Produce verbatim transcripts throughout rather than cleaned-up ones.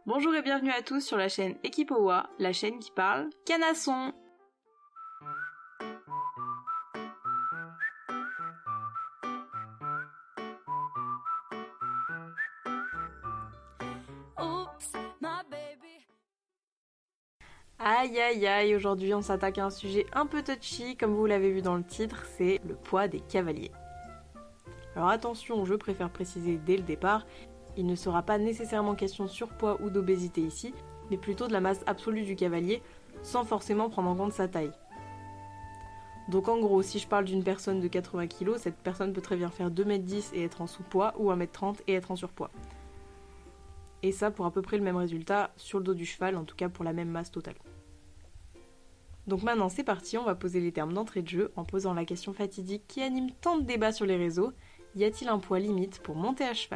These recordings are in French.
Bonjour et bienvenue à tous sur la chaîne Équipe Owa, la chaîne qui parle canasson. Aïe aïe aïe, aujourd'hui on s'attaque à un sujet un peu touchy, comme vous l'avez vu dans le titre, c'est le poids des cavaliers. Alors attention, je préfère préciser dès le départ, il ne sera pas nécessairement question de surpoids ou d'obésité ici, mais plutôt de la masse absolue du cavalier, sans forcément prendre en compte sa taille. Donc en gros, si je parle d'une personne de quatre-vingts kilos, cette personne peut très bien faire deux mètres dix et être en sous-poids, ou un mètre trente et être en surpoids. Et ça pour à peu près le même résultat sur le dos du cheval, en tout cas pour la même masse totale. Donc maintenant c'est parti, on va poser les termes d'entrée de jeu en posant la question fatidique qui anime tant de débats sur les réseaux, y a-t-il un poids limite pour monter à cheval ?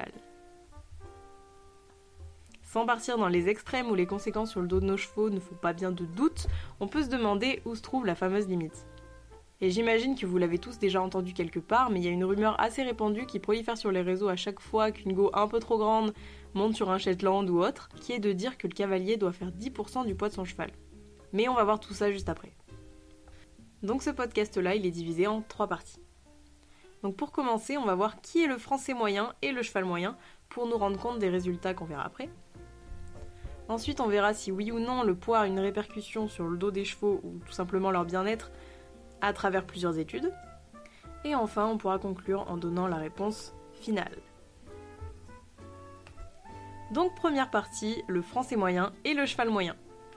Sans partir dans les extrêmes où les conséquences sur le dos de nos chevaux ne font pas bien de doute, on peut se demander où se trouve la fameuse limite. Et j'imagine que vous l'avez tous déjà entendu quelque part, mais il y a une rumeur assez répandue qui prolifère sur les réseaux à chaque fois qu'une go un peu trop grande monte sur un Shetland ou autre, qui est de dire que le cavalier doit faire dix pour cent du poids de son cheval. Mais on va voir tout ça juste après. Donc ce podcast-là, il est divisé en trois parties. Donc pour commencer, on va voir qui est le français moyen et le cheval moyen, pour nous rendre compte des résultats qu'on verra après. Ensuite, on verra si oui ou non le poids a une répercussion sur le dos des chevaux ou tout simplement leur bien-être à travers plusieurs études. Et enfin, on pourra conclure en donnant la réponse finale. Donc première partie, le français moyen et le cheval moyen.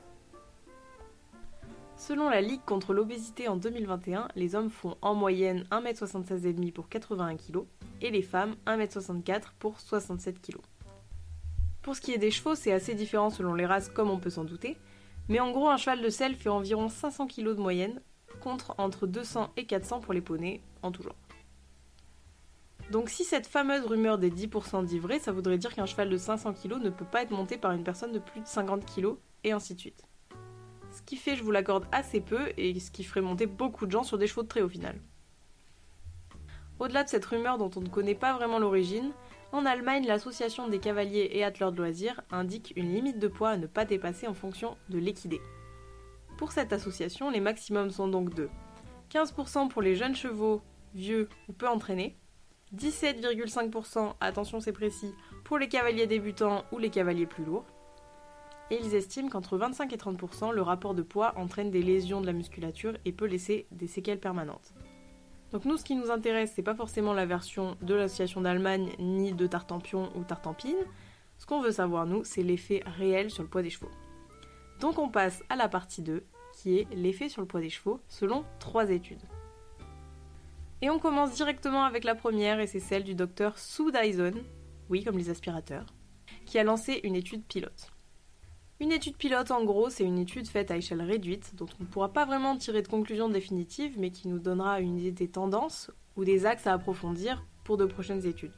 Selon la Ligue contre l'obésité en deux mille vingt et un, les hommes font en moyenne un mètre soixante-seize virgule cinq pour quatre-vingt-un kilos et les femmes un mètre soixante-quatre pour soixante-sept kilos. Pour ce qui est des chevaux, c'est assez différent selon les races comme on peut s'en douter, mais en gros un cheval de selle fait environ cinq cents kilos de moyenne, contre entre deux cents et quatre cents pour les poneys en tout genre. Donc si cette fameuse rumeur des dix pour cent dit vrai, ça voudrait dire qu'un cheval de cinq cents kilos ne peut pas être monté par une personne de plus de cinquante kilos, et ainsi de suite. Ce qui fait, je vous l'accorde, assez peu, et ce qui ferait monter beaucoup de gens sur des chevaux de trait au final. Au-delà de cette rumeur dont on ne connaît pas vraiment l'origine, en Allemagne, l'association des cavaliers et atteleurs de loisirs indique une limite de poids à ne pas dépasser en fonction de l'équidé. Pour cette association, les maximums sont donc de quinze pour cent pour les jeunes chevaux, vieux ou peu entraînés, dix-sept virgule cinq pour cent, attention c'est précis, pour les cavaliers débutants ou les cavaliers plus lourds, et ils estiment qu'entre vingt-cinq et trente pour cent, le rapport de poids entraîne des lésions de la musculature et peut laisser des séquelles permanentes. Donc nous, ce qui nous intéresse, c'est pas forcément la version de l'association d'Allemagne, ni de Tartampion ou Tartampine. Ce qu'on veut savoir, nous, c'est l'effet réel sur le poids des chevaux. Donc on passe à la partie deux, qui est l'effet sur le poids des chevaux, selon trois études. Et on commence directement avec la première, et c'est celle du docteur Sue Dyson, oui, comme les aspirateurs, qui a lancé une étude pilote. Une étude pilote, en gros, c'est une étude faite à échelle réduite, dont on ne pourra pas vraiment tirer de conclusions définitives, mais qui nous donnera une idée des tendances ou des axes à approfondir pour de prochaines études.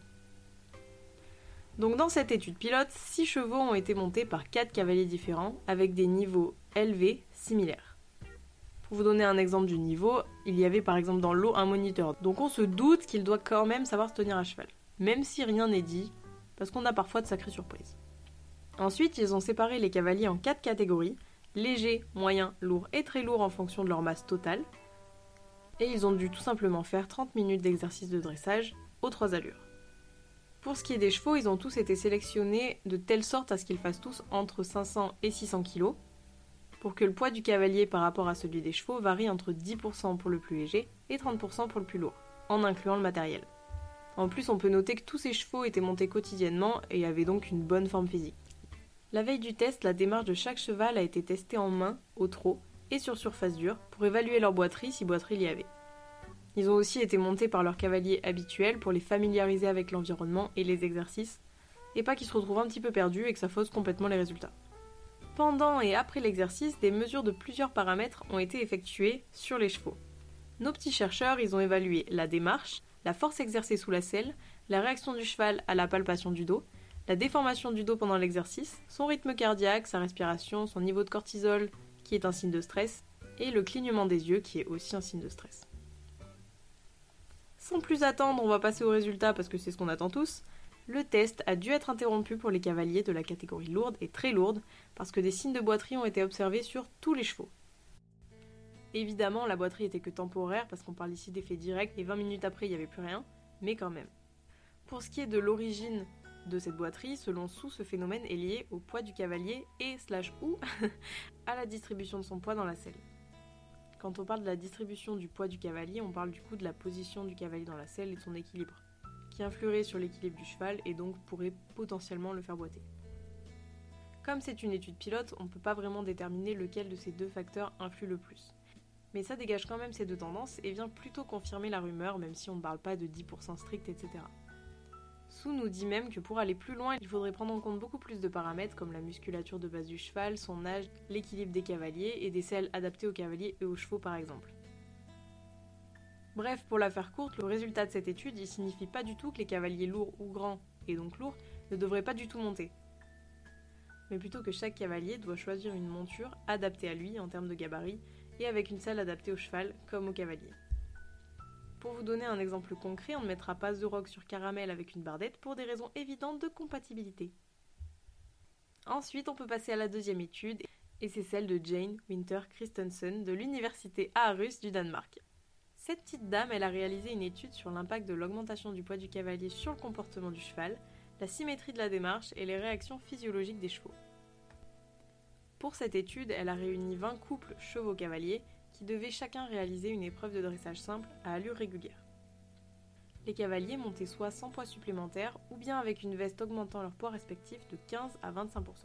Donc dans cette étude pilote, six chevaux ont été montés par quatre cavaliers différents, avec des niveaux élevés similaires. Pour vous donner un exemple du niveau, il y avait par exemple dans l'eau un moniteur, donc on se doute qu'il doit quand même savoir se tenir à cheval, même si rien n'est dit, parce qu'on a parfois de sacrées surprises. Ensuite, ils ont séparé les cavaliers en quatre catégories, légers, moyens, lourds et très lourds en fonction de leur masse totale. Et ils ont dû tout simplement faire trente minutes d'exercice de dressage aux trois allures. Pour ce qui est des chevaux, ils ont tous été sélectionnés de telle sorte à ce qu'ils fassent tous entre cinq cents et six cents kilos, pour que le poids du cavalier par rapport à celui des chevaux varie entre dix pour cent pour le plus léger et trente pour cent pour le plus lourd, en incluant le matériel. En plus, on peut noter que tous ces chevaux étaient montés quotidiennement et avaient donc une bonne forme physique. La veille du test, la démarche de chaque cheval a été testée en main, au trot et sur surface dure pour évaluer leur boiterie si boiterie il y avait. Ils ont aussi été montés par leurs cavaliers habituels pour les familiariser avec l'environnement et les exercices, et pas qu'ils se retrouvent un petit peu perdus et que ça fausse complètement les résultats. Pendant et après l'exercice, des mesures de plusieurs paramètres ont été effectuées sur les chevaux. Nos petits chercheurs, ils ont évalué la démarche, la force exercée sous la selle, la réaction du cheval à la palpation du dos, la déformation du dos pendant l'exercice, son rythme cardiaque, sa respiration, son niveau de cortisol, qui est un signe de stress, et le clignement des yeux, qui est aussi un signe de stress. Sans plus attendre, on va passer aux résultats parce que c'est ce qu'on attend tous. Le test a dû être interrompu pour les cavaliers de la catégorie lourde et très lourde parce que des signes de boiterie ont été observés sur tous les chevaux. Évidemment, la boiterie était que temporaire parce qu'on parle ici d'effet direct et vingt minutes après il n'y avait plus rien, mais quand même. Pour ce qui est de l'origine de cette boiterie, selon Sue, ce phénomène est lié au poids du cavalier et slash ou à la distribution de son poids dans la selle. Quand on parle de la distribution du poids du cavalier, on parle du coup de la position du cavalier dans la selle et de son équilibre, qui influerait sur l'équilibre du cheval et donc pourrait potentiellement le faire boiter. Comme c'est une étude pilote, on ne peut pas vraiment déterminer lequel de ces deux facteurs influe le plus. Mais ça dégage quand même ces deux tendances et vient plutôt confirmer la rumeur, même si on ne parle pas de dix pour cent strict, et cetera. Sue nous dit même que pour aller plus loin, il faudrait prendre en compte beaucoup plus de paramètres comme la musculature de base du cheval, son âge, l'équilibre des cavaliers et des selles adaptées aux cavaliers et aux chevaux par exemple. Bref, pour la faire courte, le résultat de cette étude, il signifie pas du tout que les cavaliers lourds ou grands, et donc lourds, ne devraient pas du tout monter. Mais plutôt que chaque cavalier doit choisir une monture adaptée à lui en termes de gabarit et avec une selle adaptée au cheval comme au cavalier. Pour vous donner un exemple concret, on ne mettra pas The Rock sur Caramel avec une bardette pour des raisons évidentes de compatibilité. Ensuite, on peut passer à la deuxième étude, et c'est celle de Jane Winter Christensen de l'université Aarhus du Danemark. Cette petite dame, elle a réalisé une étude sur l'impact de l'augmentation du poids du cavalier sur le comportement du cheval, la symétrie de la démarche et les réactions physiologiques des chevaux. Pour cette étude, elle a réuni vingt couples chevaux-cavaliers qui devaient chacun réaliser une épreuve de dressage simple à allure régulière. Les cavaliers montaient soit sans poids supplémentaire ou bien avec une veste augmentant leur poids respectif de quinze à vingt-cinq pour cent.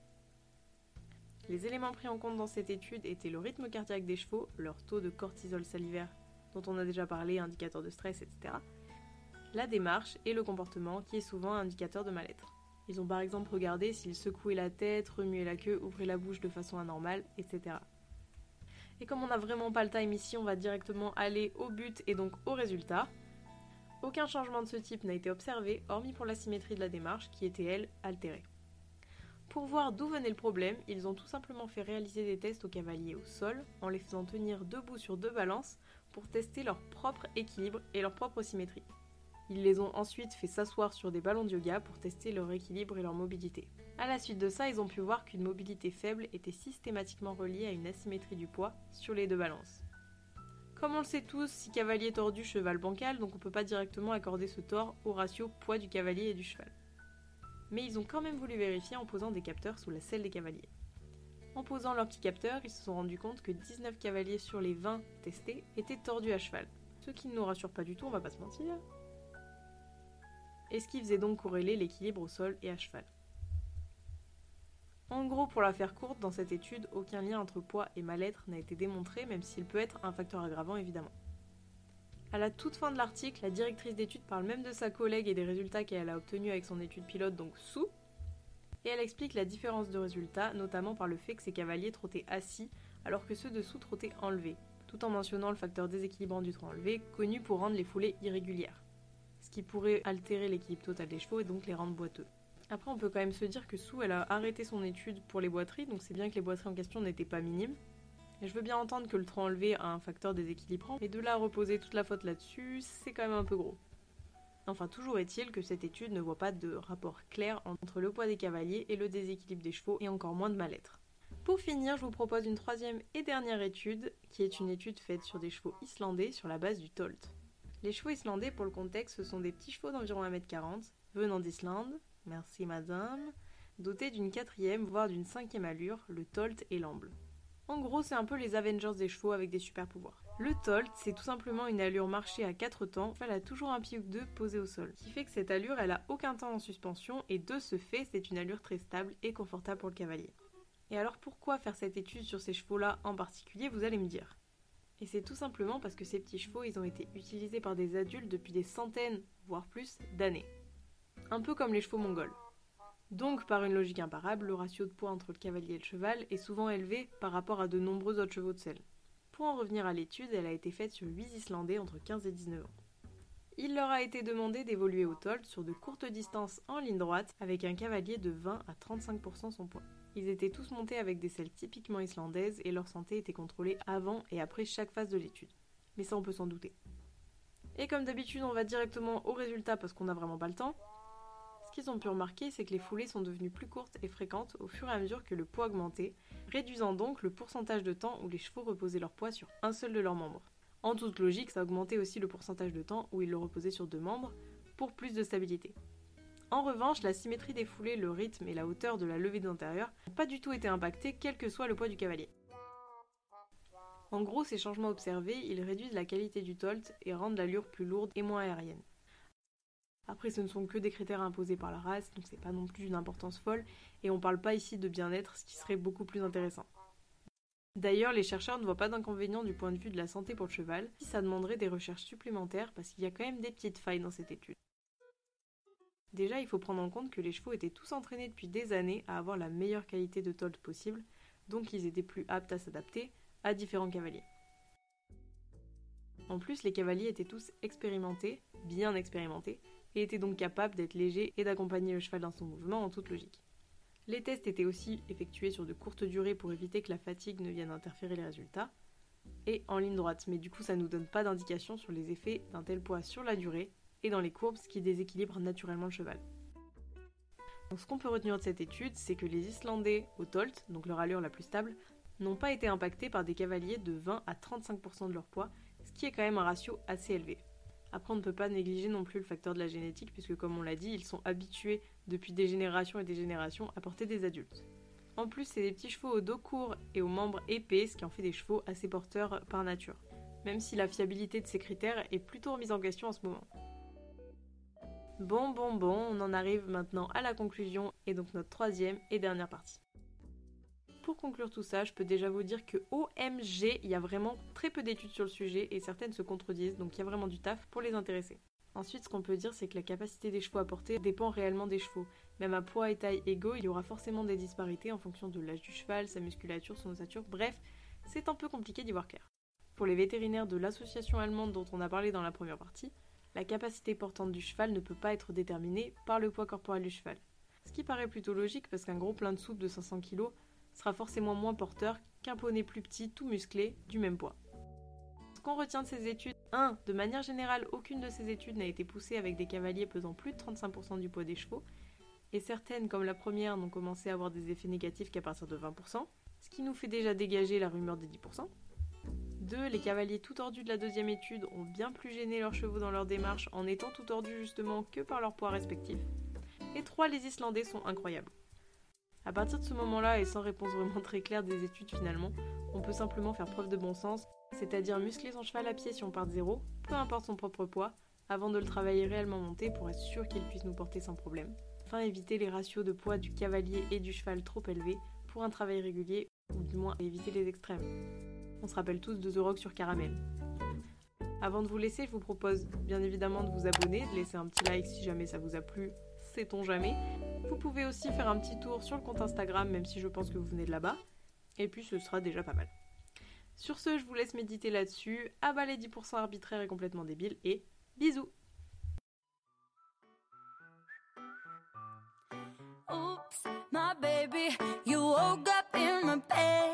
Les éléments pris en compte dans cette étude étaient le rythme cardiaque des chevaux, leur taux de cortisol salivaire dont on a déjà parlé, indicateur de stress, et cetera, la démarche et le comportement qui est souvent un indicateur de mal-être. Ils ont par exemple regardé s'ils secouaient la tête, remuaient la queue, ouvraient la bouche de façon anormale, et cetera. Et comme on n'a vraiment pas le time ici, on va directement aller au but et donc au résultat. Aucun changement de ce type n'a été observé, hormis pour la symétrie de la démarche, qui était, elle, altérée. Pour voir d'où venait le problème, ils ont tout simplement fait réaliser des tests aux cavaliers au sol, en les faisant tenir debout sur deux balances, pour tester leur propre équilibre et leur propre symétrie. Ils les ont ensuite fait s'asseoir sur des ballons de yoga pour tester leur équilibre et leur mobilité. A la suite de ça, ils ont pu voir qu'une mobilité faible était systématiquement reliée à une asymétrie du poids sur les deux balances. Comme on le sait tous, si cavalier tordu, cheval bancal, donc on ne peut pas directement accorder ce tort au ratio poids du cavalier et du cheval. Mais ils ont quand même voulu vérifier en posant des capteurs sous la selle des cavaliers. En posant leurs petits capteurs, ils se sont rendus compte que dix-neuf cavaliers sur les vingt testés étaient tordus à cheval. Ce qui ne nous rassure pas du tout, on va pas se mentir. Et ce qui faisait donc corréler l'équilibre au sol et à cheval. En gros, pour la faire courte, dans cette étude, aucun lien entre poids et mal-être n'a été démontré, même s'il peut être un facteur aggravant évidemment. À la toute fin de l'article, la directrice d'étude parle même de sa collègue et des résultats qu'elle a obtenus avec son étude pilote, donc Sue, et elle explique la différence de résultats, notamment par le fait que ces cavaliers trottaient assis, alors que ceux dessous trottaient enlevés, tout en mentionnant le facteur déséquilibrant du trot enlevé, connu pour rendre les foulées irrégulières, ce qui pourrait altérer l'équilibre total des chevaux et donc les rendre boiteux. Après, on peut quand même se dire que Sue, elle a arrêté son étude pour les boiteries, donc c'est bien que les boiteries en question n'étaient pas minimes. Et je veux bien entendre que le trot enlevé a un facteur déséquilibrant, mais de là à reposer toute la faute là-dessus, c'est quand même un peu gros. Enfin, toujours est-il que cette étude ne voit pas de rapport clair entre le poids des cavaliers et le déséquilibre des chevaux, et encore moins de mal-être. Pour finir, je vous propose une troisième et dernière étude, qui est une étude faite sur des chevaux islandais sur la base du Tolt. Les chevaux islandais, pour le contexte, ce sont des petits chevaux d'environ un mètre quarante, venant d'Islande, merci madame, dotés d'une quatrième, voire d'une cinquième allure, le Tolt et l'amble. En gros, c'est un peu les Avengers des chevaux avec des super pouvoirs. Le Tolt, c'est tout simplement une allure marchée à quatre temps, elle a toujours un pied ou deux posé au sol, ce qui fait que cette allure, elle a aucun temps en suspension, et de ce fait, c'est une allure très stable et confortable pour le cavalier. Et alors pourquoi faire cette étude sur ces chevaux-là en particulier, vous allez me dire? Et c'est tout simplement parce que ces petits chevaux, ils ont été utilisés par des adultes depuis des centaines, voire plus, d'années. Un peu comme les chevaux mongols. Donc, par une logique imparable, le ratio de poids entre le cavalier et le cheval est souvent élevé par rapport à de nombreux autres chevaux de selle. Pour en revenir à l'étude, elle a été faite sur huit Islandais entre quinze et dix-neuf ans. Il leur a été demandé d'évoluer au Tolt sur de courtes distances en ligne droite avec un cavalier de vingt à trente-cinq pour cent son poids. Ils étaient tous montés avec des selles typiquement islandaises et leur santé était contrôlée avant et après chaque phase de l'étude. Mais ça, on peut s'en douter. Et comme d'habitude, on va directement au résultat parce qu'on n'a vraiment pas le temps. qu'ils ont pu remarquer, c'est que les foulées sont devenues plus courtes et fréquentes au fur et à mesure que le poids augmentait, réduisant donc le pourcentage de temps où les chevaux reposaient leur poids sur un seul de leurs membres. En toute logique, ça augmentait aussi le pourcentage de temps où ils le reposaient sur deux membres, pour plus de stabilité. En revanche, la symétrie des foulées, le rythme et la hauteur de la levée d'intérieur n'ont pas du tout été impactés, quel que soit le poids du cavalier. En gros, ces changements observés, ils réduisent la qualité du tolt et rendent l'allure plus lourde et moins aérienne. Après, ce ne sont que des critères imposés par la race, donc c'est pas non plus d'une importance folle, et on parle pas ici de bien-être, ce qui serait beaucoup plus intéressant. D'ailleurs, les chercheurs ne voient pas d'inconvénient du point de vue de la santé pour le cheval, si ça demanderait des recherches supplémentaires, parce qu'il y a quand même des petites failles dans cette étude. Déjà, il faut prendre en compte que les chevaux étaient tous entraînés depuis des années à avoir la meilleure qualité de tolt possible, donc ils étaient plus aptes à s'adapter à différents cavaliers. En plus, les cavaliers étaient tous expérimentés, bien expérimentés, et étaient donc capables d'être légers et d'accompagner le cheval dans son mouvement en toute logique. Les tests étaient aussi effectués sur de courtes durées pour éviter que la fatigue ne vienne interférer les résultats, et en ligne droite, mais du coup ça ne nous donne pas d'indication sur les effets d'un tel poids sur la durée et dans les courbes, ce qui déséquilibre naturellement le cheval. Donc ce qu'on peut retenir de cette étude, c'est que les Islandais au tolt, donc leur allure la plus stable, n'ont pas été impactés par des cavaliers de vingt à trente-cinq pour cent de leur poids, ce qui est quand même un ratio assez élevé. Après, on ne peut pas négliger non plus le facteur de la génétique, puisque comme on l'a dit, ils sont habitués depuis des générations et des générations à porter des adultes. En plus, c'est des petits chevaux au dos court et aux membres épais, ce qui en fait des chevaux assez porteurs par nature, même si la fiabilité de ces critères est plutôt remise en question en ce moment. Bon, bon, bon, on en arrive maintenant à la conclusion, et donc notre troisième et dernière partie. Pour conclure tout ça, je peux déjà vous dire que O M G, il y a vraiment très peu d'études sur le sujet et certaines se contredisent, donc il y a vraiment du taf pour les intéressés. Ensuite, ce qu'on peut dire, c'est que la capacité des chevaux à porter dépend réellement des chevaux. Même à poids et taille égaux, il y aura forcément des disparités en fonction de l'âge du cheval, sa musculature, son ossature, bref, c'est un peu compliqué d'y voir clair. Pour les vétérinaires de l'association allemande dont on a parlé dans la première partie, la capacité portante du cheval ne peut pas être déterminée par le poids corporel du cheval. Ce qui paraît plutôt logique parce qu'un gros plein de soupe de cinq cents kilos sera forcément moins porteur qu'un poney plus petit, tout musclé, du même poids. Ce qu'on retient de ces études, un. De manière générale, aucune de ces études n'a été poussée avec des cavaliers pesant plus de trente-cinq pour cent du poids des chevaux, et certaines, comme la première, n'ont commencé à avoir des effets négatifs qu'à partir de vingt pour cent, ce qui nous fait déjà dégager la rumeur des dix pour cent. deux. Les cavaliers tout tordus de la deuxième étude ont bien plus gêné leurs chevaux dans leur démarche en étant tout tordus justement que par leur poids respectif. Et trois. Les Islandais sont incroyables. À partir de ce moment-là, et sans réponse vraiment très claire des études finalement, on peut simplement faire preuve de bon sens, c'est-à-dire muscler son cheval à pied si on part de zéro, peu importe son propre poids, avant de le travailler réellement monté pour être sûr qu'il puisse nous porter sans problème. Enfin, éviter les ratios de poids du cavalier et du cheval trop élevés pour un travail régulier, ou du moins éviter les extrêmes. On se rappelle tous de The Rock sur Caramel. Avant de vous laisser, je vous propose bien évidemment de vous abonner, de laisser un petit like si jamais ça vous a plu, sait-on jamais. Vous pouvez aussi faire un petit tour sur le compte Instagram, même si je pense que vous venez de là-bas. Et puis ce sera déjà pas mal. Sur ce, je vous laisse méditer là-dessus. Abat les dix pour cent arbitraires et complètement débiles. Et bisous! Oops, my baby, you woke up in my bed.